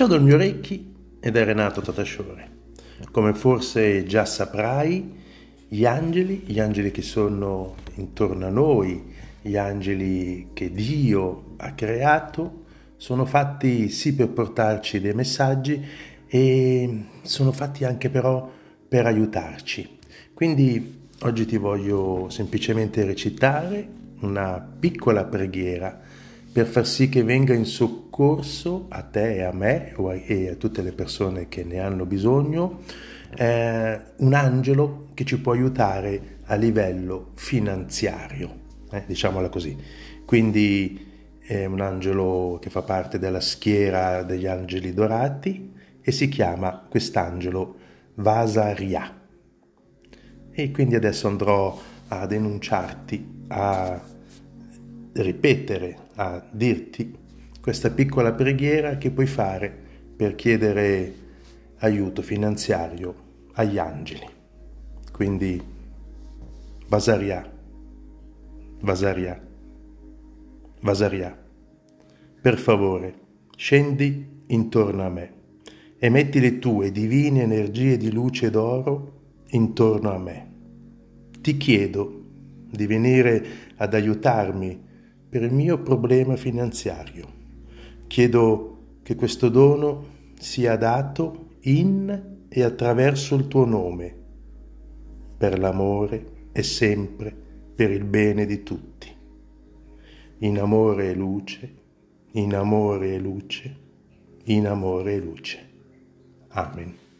Ciodo il mio orecchi ed è Renato Tatasciore. Come forse già saprai, gli angeli che sono intorno a noi, gli angeli che Dio ha creato, sono fatti sì per portarci dei messaggi e sono fatti anche però per aiutarci. Quindi oggi ti voglio semplicemente recitare una piccola preghiera per far sì che venga in soccorso a te e a me e a tutte le persone che ne hanno bisogno, un angelo che ci può aiutare a livello finanziario, diciamola così. Quindi è un angelo che fa parte della schiera degli angeli dorati e si chiama quest'angelo Vasaria. E quindi adesso andrò ad enunciarti, a ripetere, a dirti questa piccola preghiera che puoi fare per chiedere aiuto finanziario agli angeli. Quindi Vasaria, Vasaria, Vasaria, per favore scendi intorno a me e metti le tue divine energie di luce d'oro intorno a me. Ti chiedo di venire ad aiutarmi per il mio problema finanziario. Chiedo che questo dono sia dato in e attraverso il tuo nome, per l'amore e sempre per il bene di tutti. In amore e luce, in amore e luce, in amore e luce. Amen.